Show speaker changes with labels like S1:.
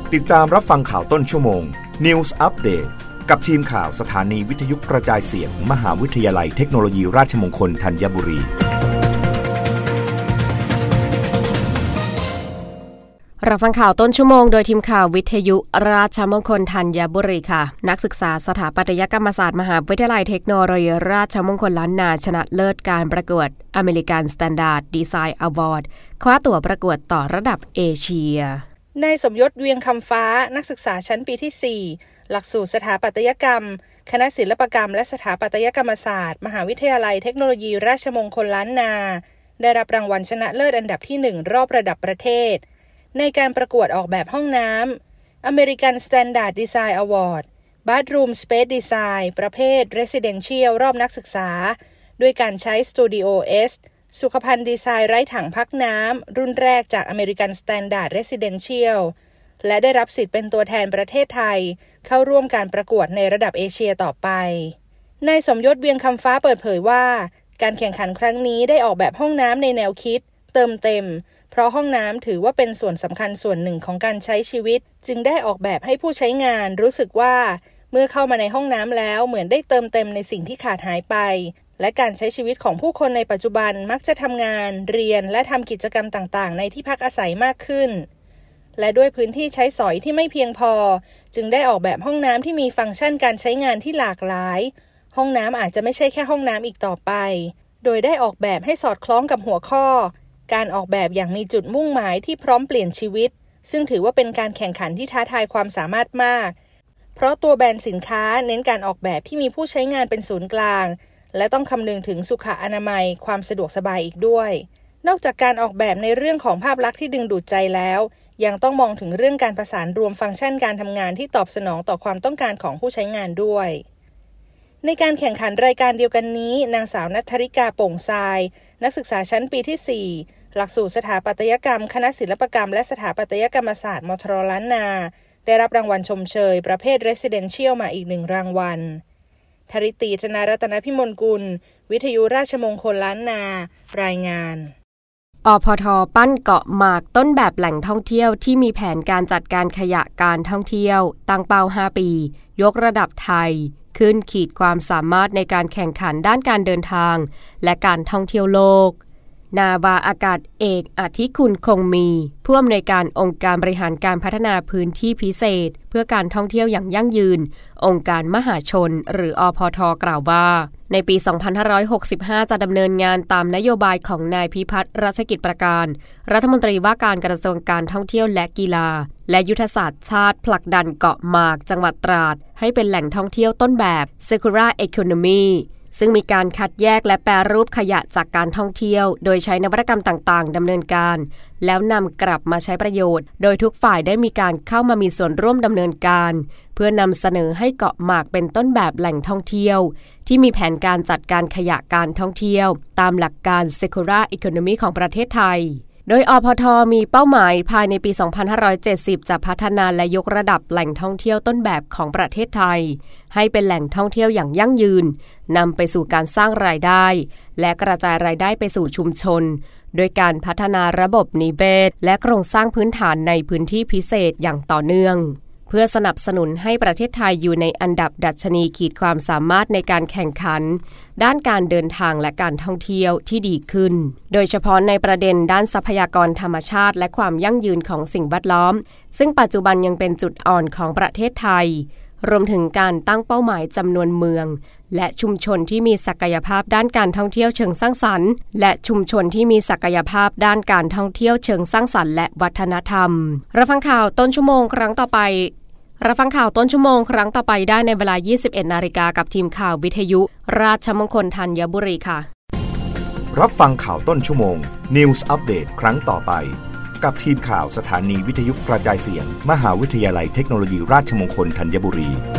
S1: ติดตามรับฟังข่าวต้นชั่วโมง News Update กับทีมข่าวสถานีวิทยุกระจายเสียง มหาวิทยาลัยเทคโนโลยีราชมงคลธัญบุรี
S2: รับฟังข่าวต้นชั่วโมงโดยทีมข่าววิทยุราชมงคลธัญบุรีค่ะนักศึกษาสถาปัตยกรรมศาสตร์มหาวิทยาลัยเทคโนโลยีราชมงคลล้านนาชนะเลิศการประกวด American Standard Design Award คว้าตั๋วประกวดต่อระดับเอเชีย
S3: นายสมยศเวียงคำฟ้านักศึกษาชั้นปีที่ 4 หลักสูตรสถาปัตยกรรมคณะศิลปกรรมและสถาปัตยกรรมศาสตร์มหาวิทยาลัยเทคโนโลยีราชมงคลล้านนาได้รับรางวัลชนะเลิศอันดับที่ 1 รอบระดับประเทศในการประกวดออกแบบห้องน้ำ American Standard Design Award Bathroom Space Design ประเภท Residential รอบนักศึกษาด้วยการใช้ Studio S สุขภัณฑ์ดีไซน์ไร้ถังพักน้ำรุ่นแรกจาก American Standard Residential และได้รับสิทธิ์เป็นตัวแทนประเทศไทยเข้าร่วมการประกวดในระดับเอเชียต่อไปนายสมยศเวียงคำฟ้าเปิดเผยว่าการแข่งขันครั้งนี้ได้ออกแบบห้องน้ำในแนวคิดเติมเต็มเพราะห้องน้ำถือว่าเป็นส่วนสำคัญส่วนหนึ่งของการใช้ชีวิตจึงได้ออกแบบให้ผู้ใช้งานรู้สึกว่าเมื่อเข้ามาในห้องน้ำแล้วเหมือนได้เติมเต็มในสิ่งที่ขาดหายไปและการใช้ชีวิตของผู้คนในปัจจุบันมักจะทำงานเรียนและทำกิจกรรมต่างๆในที่พักอาศัยมากขึ้นและด้วยพื้นที่ใช้สอยที่ไม่เพียงพอจึงได้ออกแบบห้องน้ำที่มีฟังก์ชันการใช้งานที่หลากหลายห้องน้ำอาจจะไม่ใช่แค่ห้องน้ำอีกต่อไปโดยได้ออกแบบให้สอดคล้องกับหัวข้อการออกแบบอย่างมีจุดมุ่งหมายที่พร้อมเปลี่ยนชีวิตซึ่งถือว่าเป็นการแข่งขันที่ท้าทายความสามารถมากเพราะตัวแบรนด์สินค้าเน้นการออกแบบที่มีผู้ใช้งานเป็นศูนย์กลางและต้องคำนึงถึงสุขอนามัยความสะดวกสบายอีกด้วยนอกจากการออกแบบในเรื่องของภาพลักษณ์ที่ดึงดูดใจแล้วยังต้องมองถึงเรื่องการประสานรวมฟังก์ชันการทำงานที่ตอบสนองต่อความต้องการของผู้ใช้งานด้วยในการแข่งขันรายการเดียวกันนี้นางสาวณัฐริกาโป่งทรายนักศึกษาชั้นปีที่ 4 หลักสูตรสถาปัตยกรรมคณะศิลปกรรมและสถาปัตยกรรมศาสตร์มทรล้านนาได้รับรางวัลชมเชยประเภท Residential มาอีก1รางวัลธริตีธนารัตนพิมลกุลวิทยุราชมงคลล้านนารายงาน
S2: อพท.ปั้นเกาะหมากต้นแบบแหล่งท่องเที่ยวที่มีแผนการจัดการขยะการท่องเที่ยวตั้งเป้า5 ปียกระดับไทยขึ้นขีดความสามารถในการแข่งขันด้านการเดินทางและการท่องเที่ยวโลกนาวาอากาศเอกอธิคุณคงมีผู้อำนวยการองค์การบริหารการพัฒนาพื้นที่พิเศษเพื่อการท่องเที่ยวอย่างยั่งยืนองค์การมหาชนหรืออพท.กล่าวว่าในปี 2565 จะดำเนินงานตามนโยบายของนายพิพัฒน์รัชกิจประการรัฐมนตรีว่าการกระทรวงการท่องเที่ยวและกีฬาและยุทธศาสตร์ชาติผลักดันเกาะหมากจังหวัดตราดให้เป็นแหล่งท่องเที่ยวต้นแบบ Circular Economyซึ่งมีการคัดแยกและแปรรูปขยะจากการท่องเที่ยวโดยใช้นวัตกรรมต่างๆดำเนินการแล้วนำกลับมาใช้ประโยชน์โดยทุกฝ่ายได้มีการเข้ามามีส่วนร่วมดำเนินการเพื่อนำเสนอให้เกาะหมากเป็นต้นแบบแหล่งท่องเที่ยวที่มีแผนการจัดการขยะการท่องเที่ยวตามหลักการ Circular Economy ของประเทศไทยโดยอพท.มีเป้าหมายภายในปี 2570 จะพัฒนาและยกระดับแหล่งท่องเที่ยวต้นแบบของประเทศไทยให้เป็นแหล่งท่องเที่ยวอย่างยั่งยืนนำไปสู่การสร้างรายได้และกระจายรายได้ไปสู่ชุมชนโดยการพัฒนาระบบนิเวศและโครงสร้างพื้นฐานในพื้นที่พิเศษอย่างต่อเนื่องเพื่อสนับสนุนให้ประเทศไทยอยู่ในอันดับดัชนีขีดความสามารถในการแข่งขันด้านการเดินทางและการท่องเที่ยวที่ดีขึ้นโดยเฉพาะในประเด็นด้านทรัพยากรธรรมชาติและความยั่งยืนของสิ่งแวดล้อมซึ่งปัจจุบันยังเป็นจุดอ่อนของประเทศไทยรวมถึงการตั้งเป้าหมายจำนวนเมืองและชุมชนที่มีศักยภาพด้านการท่องเที่ยวเชิงสร้างสรรค์และชุมชนที่มีศักยภาพด้านการท่องเที่ยวเชิงสร้างสรรค์และวัฒนธรรมรับฟังข่าวต้นชั่วโมงครั้งต่อไปได้ในเวลา 21 นาฬิกากับทีมข่าววิทยุราชมงคลธัญบุรีค่ะ
S1: รับฟังข่าวต้นชั่วโมง News Update ครั้งต่อไปกับทีมข่าวสถานีวิทยุกระจายเสียงมหาวิทยาลัยเทคโนโลยีราชมงคลธัญบุรี